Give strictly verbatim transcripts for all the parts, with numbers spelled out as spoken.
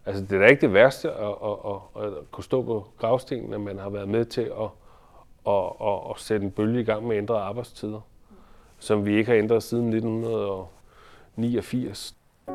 Altså det er da ikke det værste at, at, at, at kunne stå på gravstenen, at man har været med til at, at, at, at sætte en bølge i gang med at ændre arbejdstider, som vi ikke har ændret siden nitten niogfirs.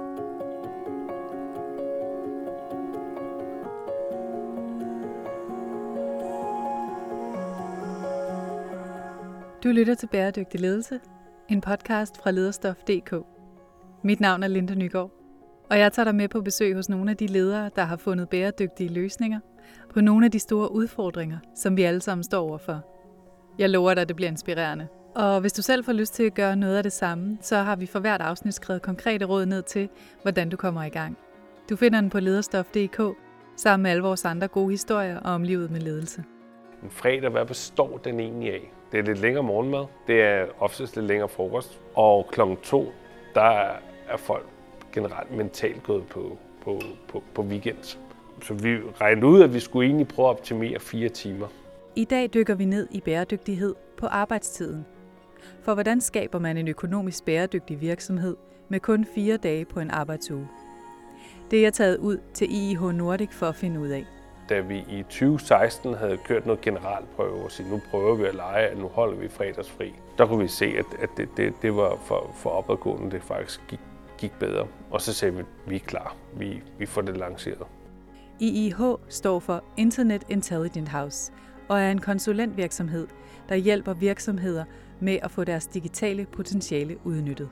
Du lytter til Bæredygtig Ledelse, en podcast fra lederstof punktum d k. Mit navn er Linda Nygaard, og jeg tager dig med på besøg hos nogle af de ledere, der har fundet bæredygtige løsninger på nogle af de store udfordringer, som vi alle sammen står overfor. Jeg lover dig, at det bliver inspirerende. Og hvis du selv får lyst til at gøre noget af det samme, så har vi for hvert afsnit skrevet konkrete råd ned til, hvordan du kommer i gang. Du finder den på lederstof punktum d k, sammen med alle vores andre gode historier om livet med ledelse. En fredag, hvad består den egentlig af? Det er lidt længere morgenmad, det er oftest lidt længere frokost, og klokken to, der er folk generelt mentalt gået på, på, på, på weekend. Så vi regnede ud, at vi skulle egentlig prøve at optimere fire timer. I dag dykker vi ned i bæredygtighed på arbejdstiden. For hvordan skaber man en økonomisk bæredygtig virksomhed med kun fire dage på en arbejdsuge? Det er jeg taget ud til I I H Nordic for at finde ud af. Da vi i tyve seksten havde kørt noget generalprøve og sige, nu prøver vi at lege, at nu holder vi fredagsfri, der kunne vi se, at, at det, det, det var for, for opadgående, det faktisk gik, gik bedre. Og så sagde vi, at vi er klar, vi, vi får det lanceret. I I H står for Internet Intelligent House og er en konsulentvirksomhed, der hjælper virksomheder med at få deres digitale potentiale udnyttet.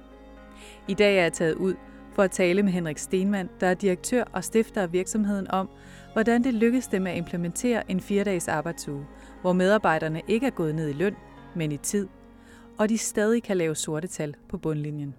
I dag er jeg taget ud for at tale med Henrik Stenmann, der er direktør og stifter af virksomheden, om, hvordan det lykkes dem at implementere en fire-dages arbejdsuge, hvor medarbejderne ikke er gået ned i løn, men i tid, og de stadig kan lave sorte tal på bundlinjen.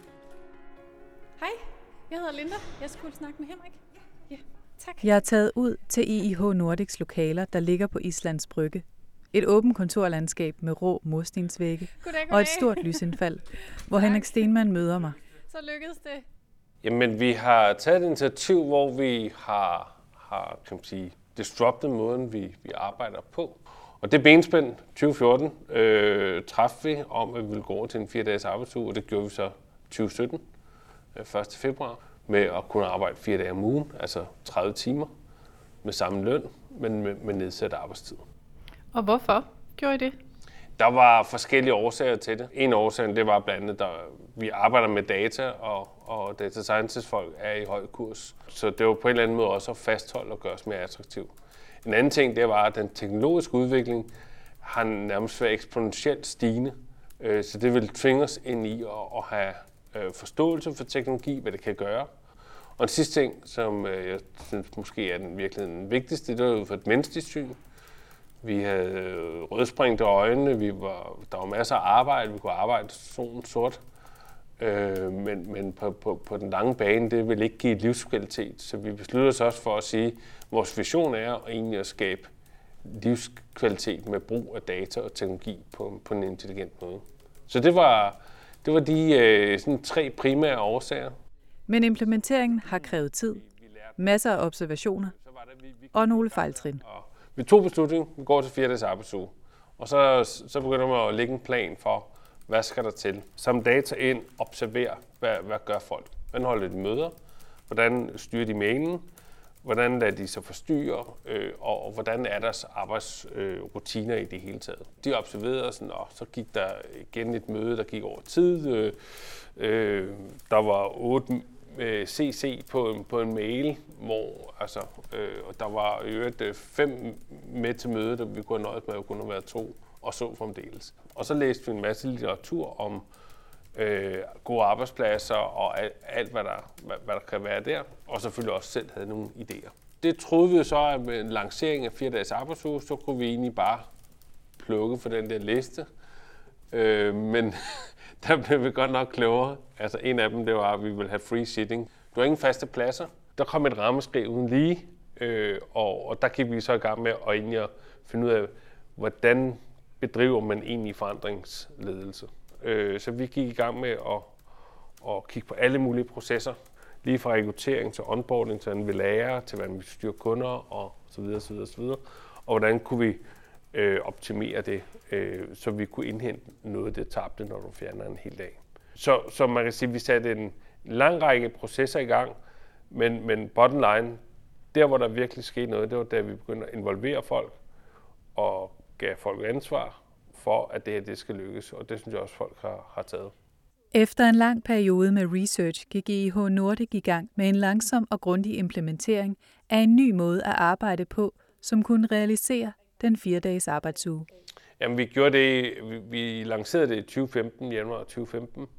Hej, jeg hedder Linda. Jeg skulle snakke med Henrik. Ja, tak. Jeg er taget ud til I I H Nordics lokaler, der ligger på Islands Brygge. Et åbent kontorlandskab med rå murstensvægge goddag, goddag. og et stort lysindfald, hvor Henrik Stenmann møder mig. Så lykkedes det. Jamen, vi har taget et initiativ, hvor vi har, har kan man sige, disruptet måden, vi, vi arbejder på. Og det benspænd tyve fjorten øh, træffede vi om, at vi ville gå over til en fire-dages arbejdsuge, og det gjorde vi så tyve sytten, øh, første februar, med at kunne arbejde fire dage om ugen, altså tredive timer, med samme løn, men med, med nedsat arbejdstid. Og hvorfor gjorde I det? Der var forskellige årsager til det. En årsag, det var blandt andet, at vi arbejder med data, og, og data scientist folk er i høj kurs. Så det var på en eller anden måde også at fastholde og gøre os mere attraktiv. En anden ting, det var, at den teknologiske udvikling har nærmest været eksponentielt stigende. Så det vil tvinge os ind i at have forståelse for teknologi, hvad det kan gøre. Og en sidste ting, som jeg synes måske er den virkelig den vigtigste, det var ud fra et menneskeligt syn. Vi havde rødspringte øjne, vi var, der var masser af arbejde, vi kunne arbejde solen sort. Øh, men men på, på, på den lange bane, det ville ikke give livskvalitet. Så vi besluttede os også for at sige, at vores vision er egentlig at skabe livskvalitet med brug af data og teknologi på, på en intelligent måde. Så det var, det var de øh, sådan tre primære årsager. Men implementeringen har krævet tid, masser af observationer og nogle fejltrin. Vi tog beslutningen, vi går til fire dages arbejdsuge, og så, så begynder man at lægge en plan for, hvad skal der til. Samle data ind, observere, hvad, hvad gør folk. Hvordan holder de møder? Hvordan styrer de mailen? Hvordan lader de sig forstyrre? Øh, og, og hvordan er deres arbejdsrutiner øh, i det hele taget? De observerede sådan, og så gik der igen et møde, der gik over tid. Øh, øh, der var otte C C på en, på en mail, hvor altså, øh, og der var i øvrigt øh, fem med til mødet, og vi kunne have nøjet med at kunne være to, og så fremdeles. Og så læste vi en masse litteratur om øh, gode arbejdspladser og alt, alt hvad, der, hvad, hvad der kan være der, og selvfølgelig også selv havde nogle idéer. Det troede vi så, at med en lancering af fire dages arbejdsuge, så kunne vi egentlig bare plukke for den der liste. Øh, men der blev vi godt nok klogere. Altså en af dem, det var, at vi ville have free sitting. Du har ingen faste pladser. Der kom et rammeskrig uden lige, øh, og, og der gik vi så i gang med at, egentlig at finde ud af, hvordan bedriver man egentlig forandringsledelse. Øh, så vi gik i gang med at, at kigge på alle mulige processer, lige fra rekruttering til onboarding, til hvordan vi lærer, til hvordan vi styrer kunder og så videre, så videre, så videre. Og hvordan kunne vi øh, optimere det, øh, så vi kunne indhente noget af det tabte, når du fjerner en hel dag. Så, så man kan sige, at vi satte en lang række processer i gang, Men, men bottom line, der hvor der virkelig skete noget, det var da vi begyndte at involvere folk og gav folk ansvar for, at det her det skal lykkes. Og det synes jeg også, folk har, har taget. Efter en lang periode med research gik I H Nordic i gang med en langsom og grundig implementering af en ny måde at arbejde på, som kunne realisere den fire-dages arbejdsuge. Jamen, vi gjorde det, vi, vi lancerede det i tyve femten, januar tyve femten,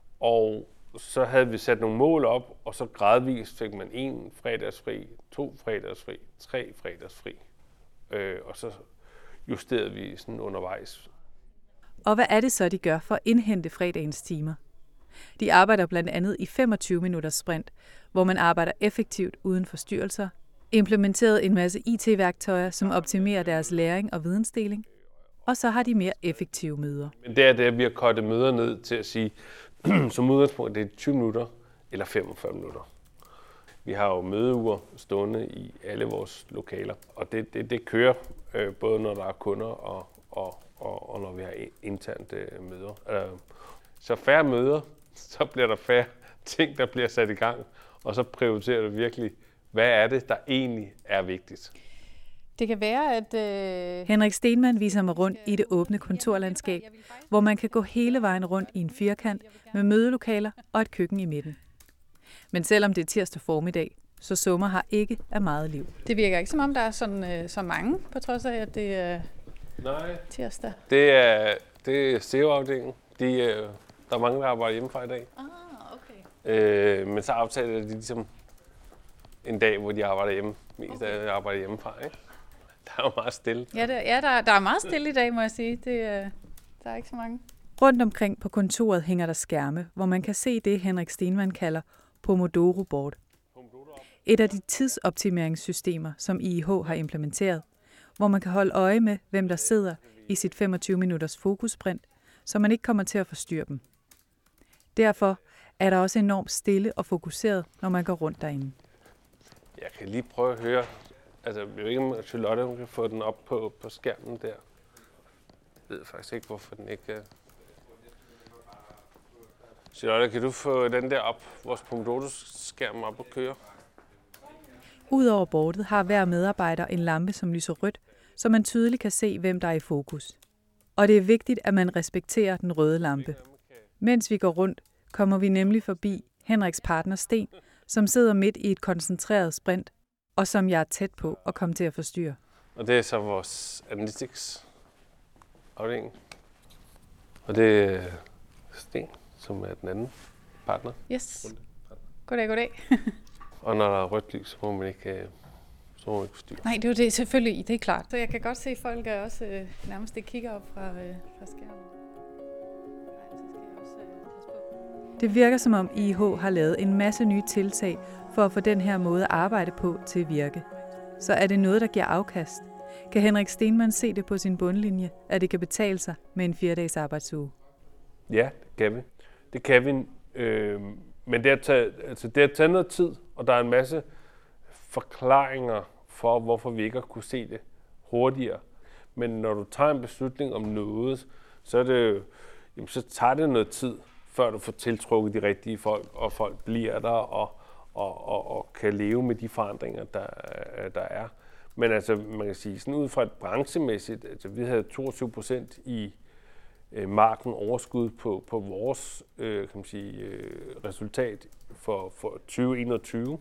og så havde vi sat nogle mål op, og så gradvist fik man en fredagsfri, to fredagsfri, tre fredagsfri, øh, og så justerede vi sådan undervejs. Og hvad er det så, de gør for at indhente fredagens timer? De arbejder blandt andet i femogtyve minutters sprint, hvor man arbejder effektivt uden forstyrrelser, implementeret en masse I T-værktøjer, som optimerer deres læring og vidensdeling, og så har de mere effektive møder. Men det er det, at vi har kortet møder ned til at sige, som udgangspunkt, det er tyve minutter eller femogfyrre minutter. Vi har jo mødeuger stående i alle vores lokaler, og det, det, det kører øh, både når der er kunder og, og, og, og når vi har internt øh, møder. Øh, så færre møder, så bliver der færre ting, der bliver sat i gang, og så prioriterer du virkelig, hvad er det, der egentlig er vigtigt. Det kan være, at... Øh... Henrik Stenmann viser mig rundt i det åbne kontorlandskab, hvor man kan gå hele vejen rundt i en firkant med mødelokaler og et køkken i midten. Men selvom det er tirsdag formiddag, så summer har ikke af meget liv. Det virker ikke som om, der er sådan, øh, så mange, på trods af, at det er Nej. tirsdag. Det er, det er S E O-afdelingen. De, øh, der er mange, der arbejder hjemmefra i dag. Ah, okay. Øh, men så aftaler de ligesom en dag, hvor de arbejder hjemme. Mest Okay. af arbejder hjemmefra, ikke? Der er jo meget stille. Ja, det, ja der, der er meget stille i dag, må jeg sige. Det, øh, der er ikke så mange. Rundt omkring på kontoret hænger der skærme, hvor man kan se det, Henrik Stenmann kalder Pomodoro-board. Et af de tidsoptimeringssystemer, som I H har implementeret, hvor man kan holde øje med, hvem der sidder i sit femogtyve minutters fokusprint, så man ikke kommer til at forstyrre dem. Derfor er der også enormt stille og fokuseret, når man går rundt derinde. Jeg kan lige prøve at høre. Altså, jeg ved ikke, om Charlotte kan få den op på, på skærmen der. Jeg ved faktisk ikke, hvorfor den ikke... Uh... Charlotte, kan du få den der op, vores Pomodoro-skærm op og køre? Udover bordet har hver medarbejder en lampe, som lyser rødt, så man tydeligt kan se, hvem der er i fokus. Og det er vigtigt, at man respekterer den røde lampe. Mens vi går rundt, kommer vi nemlig forbi Henriks partner Sten, som sidder midt i et koncentreret sprint, og som jeg er tæt på at komme til at forstyrre. Og det er så vores analytics-afdeling. Og det er Sten, som er den anden partner. Yes. Goddag, goddag. Og når der er rødt lys, så må man ikke, så må man ikke forstyrre. Nej, det er jo det, selvfølgelig, det er klart. Så jeg kan godt se, at folk er også øh, nærmest det kigger op fra, øh, fra skærmen. Det virker som om I H har lavet en masse nye tiltag for at få den her måde at arbejde på til at virke. Så er det noget, der giver afkast? Kan Henrik Stenmann se det på sin bundlinje, at det kan betale sig med en fire-dages arbejdsuge? Ja, det kan vi. Det kan vi. Øh, men det har, taget, altså det har taget noget tid, og der er en masse forklaringer for, hvorfor vi ikke har kunne se det hurtigere. Men når du tager en beslutning om noget, så, er det, jamen, så tager det noget tid, før du får tiltrukket de rigtige folk, og folk bliver der og, og, og, og kan leve med de forandringer, der, der er. Men altså, man kan sige, sådan ud fra et branchemæssigt, altså vi havde toogtyve procent i øh, marken overskud på, på vores øh, kan man sige, øh, resultat for, for tyve enogtyve,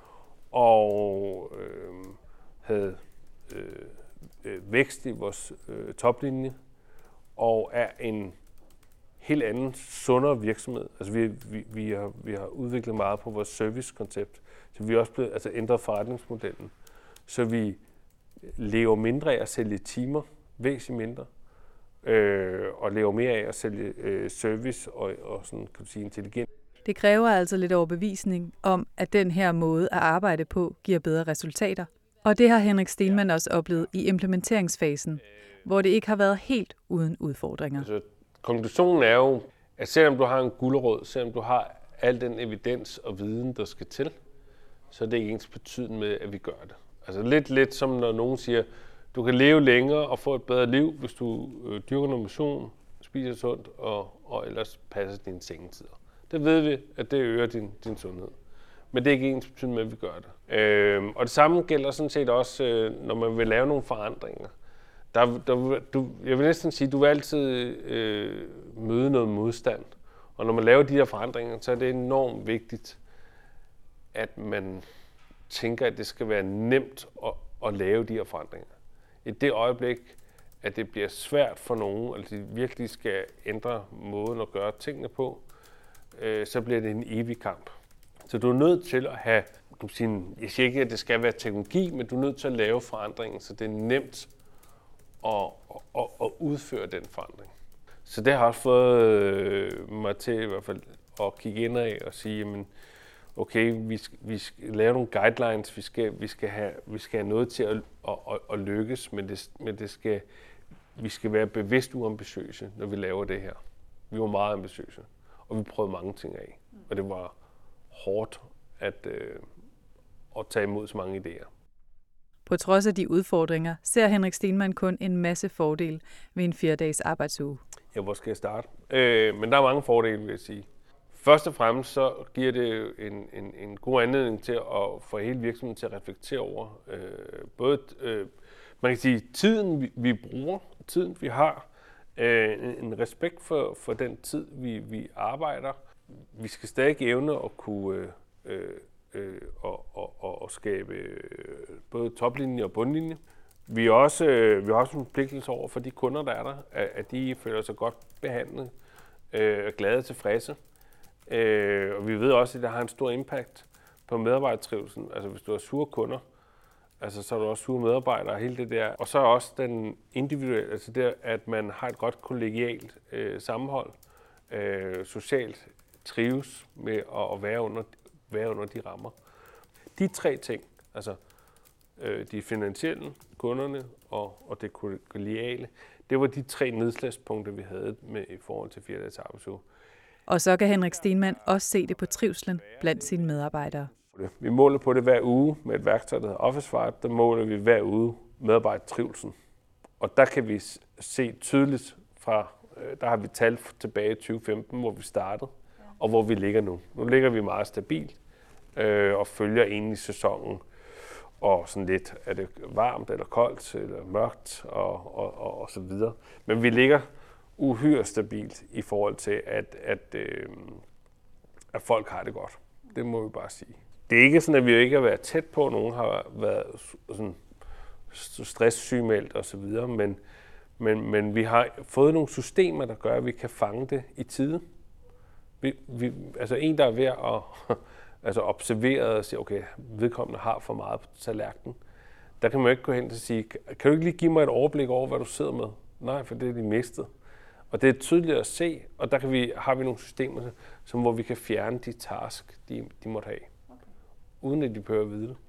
og øh, havde øh, øh, vækst i vores øh, toplinje, og er en helt anden, sundere virksomhed. Altså vi, vi, vi, har, vi har udviklet meget på vores servicekoncept, så vi er også blevet altså, ændret forretningsmodellen, så vi lever mindre af at sælge timer, væsentligt mindre, øh, og lever mere af at sælge øh, service og, og sådan, kan du sige, intelligent. Det kræver altså lidt overbevisning om, at den her måde at arbejde på giver bedre resultater. Og det har Henrik Stenmann også oplevet i implementeringsfasen, hvor det ikke har været helt uden udfordringer. Altså, konklusionen er jo, at selvom du har en gulerod, selvom du har al den evidens og viden, der skal til, så er det ikke ens betydende med, at vi gør det. Altså lidt lidt som når nogen siger, du kan leve længere og få et bedre liv, hvis du øh, dyrker noget motion, spiser sundt og, og ellers passer dine sengetider. Det ved vi, at det øger din, din sundhed. men det er ikke ens betydning med, at vi gør det. Øh, og det samme gælder sådan set også, øh, når man vil lave nogle forandringer. Der, der, du, jeg vil næsten sige, at du vil altid øh, møde noget modstand. Og når man laver de her forandringer, så er det enormt vigtigt, at man tænker, at det skal være nemt at, at lave de her forandringer. I det øjeblik, at det bliver svært for nogen, og de virkelig skal ændre måden at gøre tingene på, øh, så bliver det en evig kamp. Så du er nødt til at have, kan sige, jeg siger ikke, at det skal være teknologi, men du er nødt til at lave forandringen, så det er nemt at, at, at udføre den forandring. Så det har også fået mig til i hvert fald at kigge indad og sige, jamen, okay, vi skal, vi skal lave nogle guidelines, vi skal, vi skal, have, vi skal have noget til at, at, at, at lykkes, men, det, men det skal, vi skal være bevidst uambitiøse, når vi laver det her. Vi var meget ambitiøse, og vi prøvede mange ting af, og det var hårdt at, øh, at tage imod så mange idéer. På trods af de udfordringer, ser Henrik Stenmann kun en masse fordele ved en fire-dages arbejdsuge. Ja, hvor skal jeg starte? Øh, men der er mange fordele, vil jeg sige. Først og fremmest så giver det en, en, en god anledning til at få hele virksomheden til at reflektere over øh, både, øh, man kan sige, tiden vi, vi bruger, tiden vi har, øh, en, en respekt for, for den tid, vi, vi arbejder. Vi skal stadig evne at kunne øh, øh, og, og, og, og skabe øh, både toplinje og bundlinje. Vi er også, øh, vi har også en forpligtelse over for de kunder, der er der, at, at de føler sig godt behandlet, øh, og glade og tilfredse. Øh, og vi ved også, at det har en stor impact på medarbejdertrivsel. Altså hvis du har sure kunder, altså, så er du også sure medarbejdere og hele det der. Og så er også den individuelle, altså det, at man har et godt kollegialt øh, sammenhold, øh, socialt trives med at, at være, under, være under de rammer. De tre ting, altså øh, de finansielle, kunderne og, og det kollegiale, det var de tre nedslagspunkter, vi havde med i forhold til fire dages arbejdsuge. Og så kan Henrik Stenmann også se det på trivslen blandt sine medarbejdere. Vi måler på det hver uge med et værktøj, der hedder OfficeVibe. Der måler vi hver uge medarbejdertrivslen. Og der kan vi se tydeligt fra, der har vi tal tilbage i tyve femten, hvor vi startede, og hvor vi ligger nu. Nu ligger vi meget stabilt øh, og følger egentlig sæsonen. Og sådan lidt, er det varmt eller koldt eller mørkt og, og, og, og så videre. Men vi ligger uhyre stabilt i forhold til, at, at, øh, at folk har det godt. Det må vi bare sige. Det er ikke sådan, at vi ikke har været tæt på. Nogen har været sådan stresssygemeldt og så videre, men, men, men vi har fået nogle systemer, der gør, at vi kan fange det i tide. Vi, vi, altså en, der er ved at altså observere og sige, okay, vedkommende har for meget på tallerkenen. Der kan man ikke gå hen og sige, kan du ikke lige give mig et overblik over, hvad du sidder med? Nej, for det er de mistet. Og det er tydeligt at se, og der kan vi, har vi nogle systemer, som, hvor vi kan fjerne de task, de, de måtte have, okay, uden at de behøver at vide det.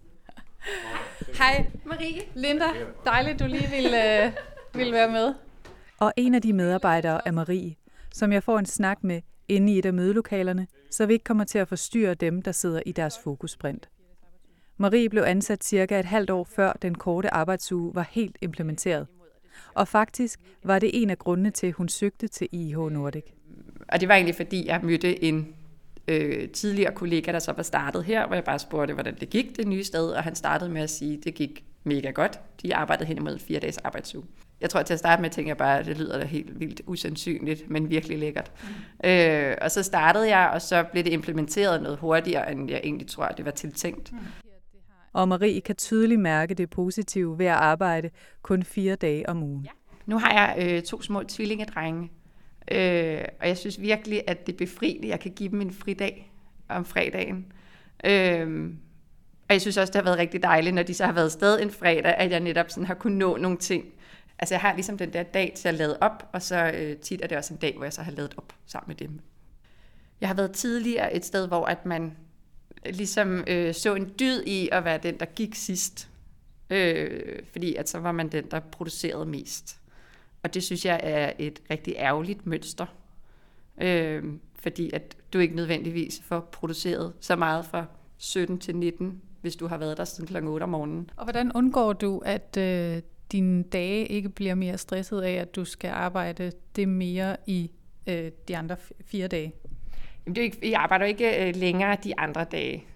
Hej Marie, Linda, dejligt du lige ville, øh, ville være med. Og en af de medarbejdere er Marie, som jeg får en snak med inde i et af mødelokalerne, så vi ikke kommer til at forstyrre dem, der sidder i deres fokussprint. Marie blev ansat cirka et halvt år før den korte arbejdsuge var helt implementeret. Og faktisk var det en af grundene til, at hun søgte til I H Nordic. Og det var egentlig, fordi jeg mødte en øh, tidligere kollega, der så var startet her, hvor jeg bare spurgte, hvordan det gik det nye sted, og han startede med at sige, at det gik mega godt. De arbejdede hen imod en fire dages arbejdsuge. Jeg tror, til at starte med, tænkte jeg bare, at det lyder da helt vildt usandsynligt, men virkelig lækkert. Mm. Øh, og så startede jeg, og så blev det implementeret noget hurtigere, end jeg egentlig tror, det var tiltænkt. Mm. Og Marie kan tydeligt mærke det positive ved at arbejde kun fire dage om ugen. Ja. Nu har jeg øh, to små tvillingedrenge, øh, og jeg synes virkelig, at det er befriende, jeg kan give dem en fridag om fredagen. Øh, og jeg synes også, det har været rigtig dejligt, når de så har været afsted en fredag, at jeg netop sådan har kunnet nå nogle ting. Altså jeg har ligesom den der dag til at lade op, og så øh, tit er det også en dag, hvor jeg så har ladet op sammen med dem. Jeg har været tidligere et sted, hvor at man ligesom øh, så en dyd i at være den, der gik sidst. Øh, fordi at så var man den, der producerede mest. Og det synes jeg er et rigtig ærgerligt mønster. Øh, fordi at du ikke nødvendigvis får produceret så meget fra sytten til nitten, hvis du har været der siden klokken otte om morgenen. Og hvordan undgår du, at øh, dine dage ikke bliver mere stresset af, at du skal arbejde det mere i øh, de andre fire dage? Jamen, det er ikke, jeg arbejder ikke øh, længere de andre dage.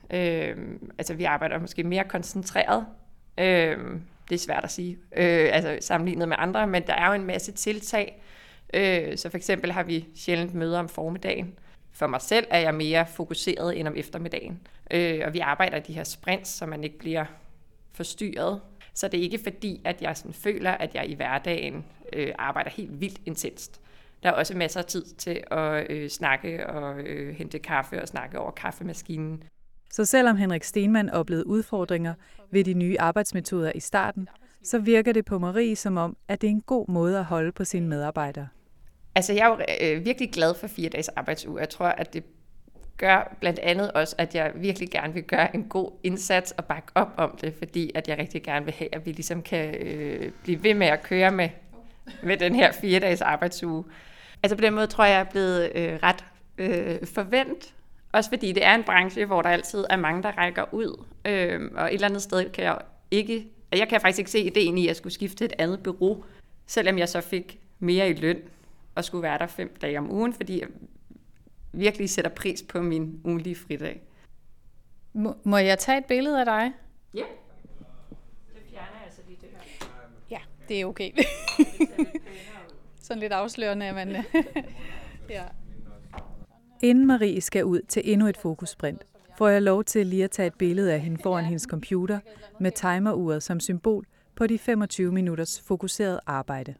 Øh, altså vi arbejder måske mere koncentreret. Øh, det er svært at sige, øh, altså sammenlignet med andre, men der er jo en masse tiltag. Øh, så for eksempel har vi sjældent møder om formiddagen. For mig selv er jeg mere fokuseret end om eftermiddagen. Øh, og vi arbejder i de her sprints, så man ikke bliver forstyrret. Så det er ikke fordi, at jeg sådan føler, at jeg i hverdagen øh, arbejder helt vildt intenst. Der er også masser af tid til at øh, snakke og øh, hente kaffe og snakke over kaffemaskinen. Så selvom Henrik Stenmann oplevede udfordringer ved de nye arbejdsmetoder i starten, så virker det på Marie som om, at det er en god måde at holde på sine medarbejdere. Altså jeg er jo øh, virkelig glad for fire dages arbejdsuge. Jeg tror, at det gør blandt andet også, at jeg virkelig gerne vil gøre en god indsats og bakke op om det, fordi at jeg rigtig gerne vil have, at vi ligesom kan øh, blive ved med at køre med, med den her fire dages arbejdsuge. Altså på den måde tror jeg, jeg er blevet øh, ret øh, forvent. Også fordi det er en branche, hvor der altid er mange, der rækker ud. Øh, og et eller andet sted kan jeg ikke... Jeg kan faktisk ikke se ideen i, at jeg skulle skifte et andet bureau, selvom jeg så fik mere i løn og skulle være der fem dage om ugen, fordi jeg virkelig sætter pris på min ugenlige fridag. Må, må jeg tage et billede af dig? Ja. Det fjerner jeg altså lige det her. Ja, det er okay. Sådan lidt afslørende, at man... ja. Inden Marie skal ud til endnu et fokussprint, får jeg lov til lige at tage et billede af hende foran hendes computer med timeruret som symbol på de femogtyve minutters fokuseret arbejde.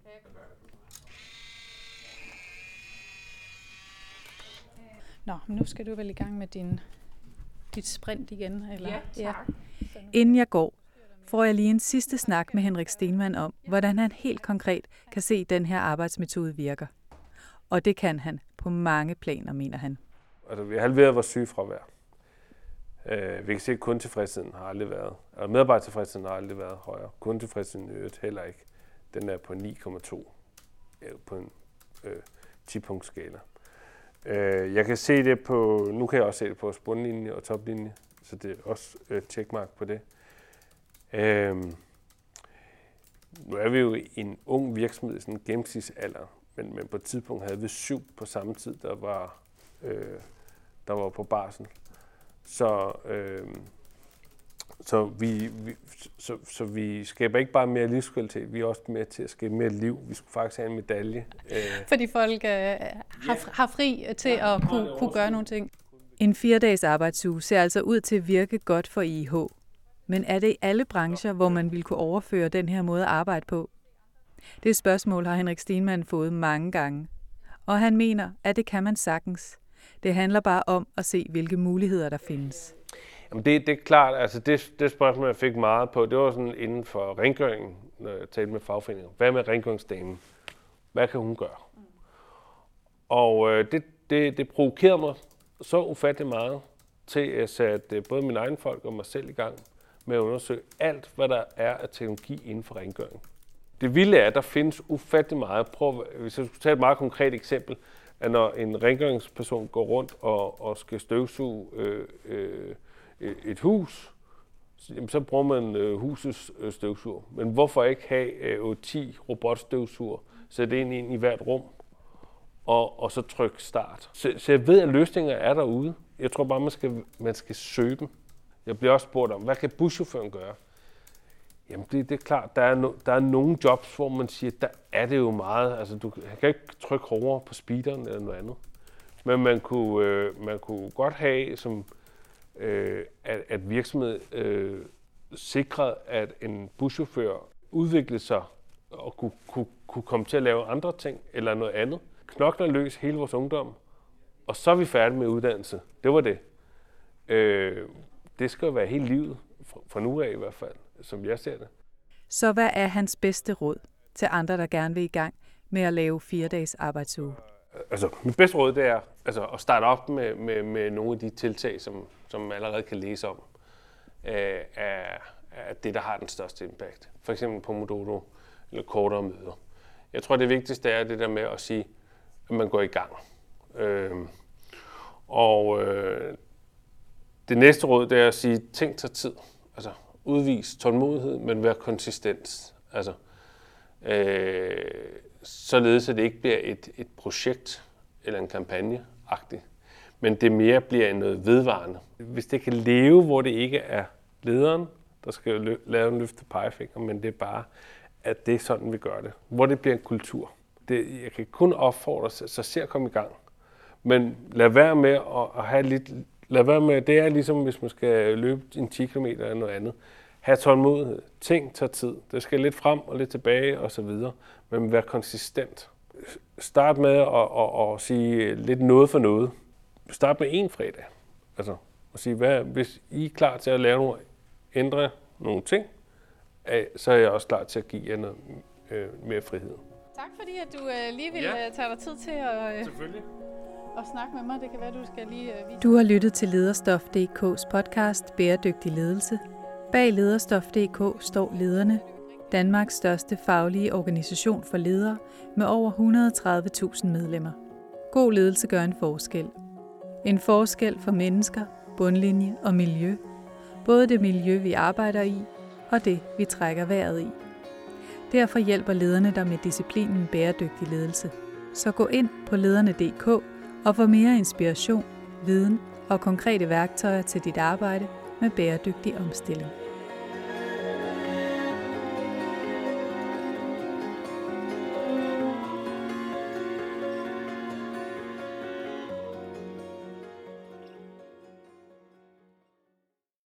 Nå, men nu skal du vel i gang med din, dit sprint igen? Eller? Ja, tak. Ja. Inden jeg går, får jeg lige en sidste snak med Henrik Stenmann om, hvordan han helt konkret kan se, at den her arbejdsmetode virker. Og det kan han på mange planer, mener han. Altså, vi har halveret vores sygefravær. Øh, vi kan se, at kundetilfredsheden har aldrig været, og medarbejdertilfredsheden har aldrig været højere. Kundetilfredsheden øget heller ikke. Den er på ni komma to på en øh, ti-punkts skala. Øh, jeg kan se det på, nu kan jeg også se det på bundlinje og toplinje, så det er også øh, checkmark på det. Øh, nu er vi jo i en ung virksomhed i sådan en gennemsnitsalder, men, men på et tidspunkt havde vi syv på samme tid, der var, øh, der var på barsel. Så, øh, så, vi, vi, så, så vi skaber ikke bare mere livskvalitet, vi er også med til at skabe mere liv. Vi skulle faktisk have en medalje. Øh. Fordi folk øh, har, har fri til ja, at kunne, kunne gøre nogle ting. En fire-dages arbejdsuge ser altså ud til at virke godt for I H. Men er det i alle brancher, hvor man vil kunne overføre den her måde at arbejde på? Det spørgsmål har Henrik Stenmann fået mange gange. Og han mener, at det kan man sagtens. Det handler bare om at se, hvilke muligheder der findes. Jamen det, det er klart, altså det, det spørgsmål, jeg fik meget på, det var sådan inden for rengøringen, når jeg talte med fagforeninger. Hvad med rengøringsdamen? Hvad kan hun gøre? Mm. Og øh, det, det, det provokerede mig så ufattelig meget til at sætte både mine egne folk og mig selv i gang med at undersøge alt, hvad der er af teknologi inden for rengøring. Det vilde er, at der findes ufattelig meget. Prøv, hvis jeg skulle tage et meget konkret eksempel, at når en rengøringsperson går rundt og, og skal støvsuge øh, øh, et hus, så bruger man øh, husets øh, støvsuger. Men hvorfor ikke have øh, ti robotstøvsuger, sætte ind, ind i hvert rum, og, og så trykke start. Så, så jeg ved, at løsninger er derude. Jeg tror bare, man skal, man skal søge dem. Jeg bliver også spurgt om, hvad kan buschaufføren gøre? Jamen det, det er klart, der er, no, der er nogle jobs, hvor man siger, der er det jo meget. Altså du kan ikke trykke hårdere på speederen eller noget andet. Men man kunne, øh, man kunne godt have, som, øh, at, at virksomheden øh, sikrede, at en buschauffør udviklede sig og kunne, kunne, kunne komme til at lave andre ting eller noget andet. Knokler løs hele vores ungdom, og så er vi færdige med uddannelse. Det var det. Øh, det skal jo være hele livet, fra nu af i hvert fald, som jeg ser det. Så hvad er hans bedste råd til andre, der gerne vil i gang med at lave fire dages arbejdsuge? Altså, mit bedste råd det er altså, at starte op med, med, med nogle af de tiltag, som, som man allerede kan læse om, øh, af, af det, der har den største impact. For eksempel Pomodoro eller kortere møder. Jeg tror, det vigtigste er det der med at sige, at man går i gang. Øh, og øh, det næste råd det er at sige, ting tager tid. Altså, udvis tålmodighed, men vær konsistent. Altså, øh, således at det ikke bliver et, et projekt eller en kampagne-agtigt, men det mere bliver noget vedvarende. Hvis det kan leve, hvor det ikke er lederen, der skal lø- lave en løftet pegefinger, men det er bare, at det er sådan, vi gør det. Hvor det bliver en kultur. Det, jeg kan kun opfordre sig, så se at komme i gang. Men lad være med at, at have lidt... Lad være med, det er ligesom, hvis man skal løbe en ti kilometer eller noget andet. Ha' tålmodighed. Ting tager tid. Det skal lidt frem og lidt tilbage og så videre. Men vær konsistent. Start med at, at, at sige lidt noget for noget. Start med en fredag. Altså at sige, hvad, hvis I er klar til at lave nogle, ændre nogle ting, så er jeg også klar til at give jer noget øh, mere frihed. Tak fordi, at du øh, lige ville ja. tage dig tid til at, øh, at snakke med mig. Det kan være, du skal lige øh, vise. Du har lyttet til Lederstof punktum d k's podcast Bæredygtig Ledelse. Bag Lederstof punktum d k står lederne, Danmarks største faglige organisation for ledere med over et hundrede og tredive tusind medlemmer. God ledelse gør en forskel. En forskel for mennesker, bundlinje og miljø. Både det miljø, vi arbejder i, og det, vi trækker vejret i. Derfor hjælper lederne dig med disciplinen bæredygtig ledelse. Så gå ind på lederne punktum d k og få mere inspiration, viden og konkrete værktøjer til dit arbejde med bæredygtig omstilling.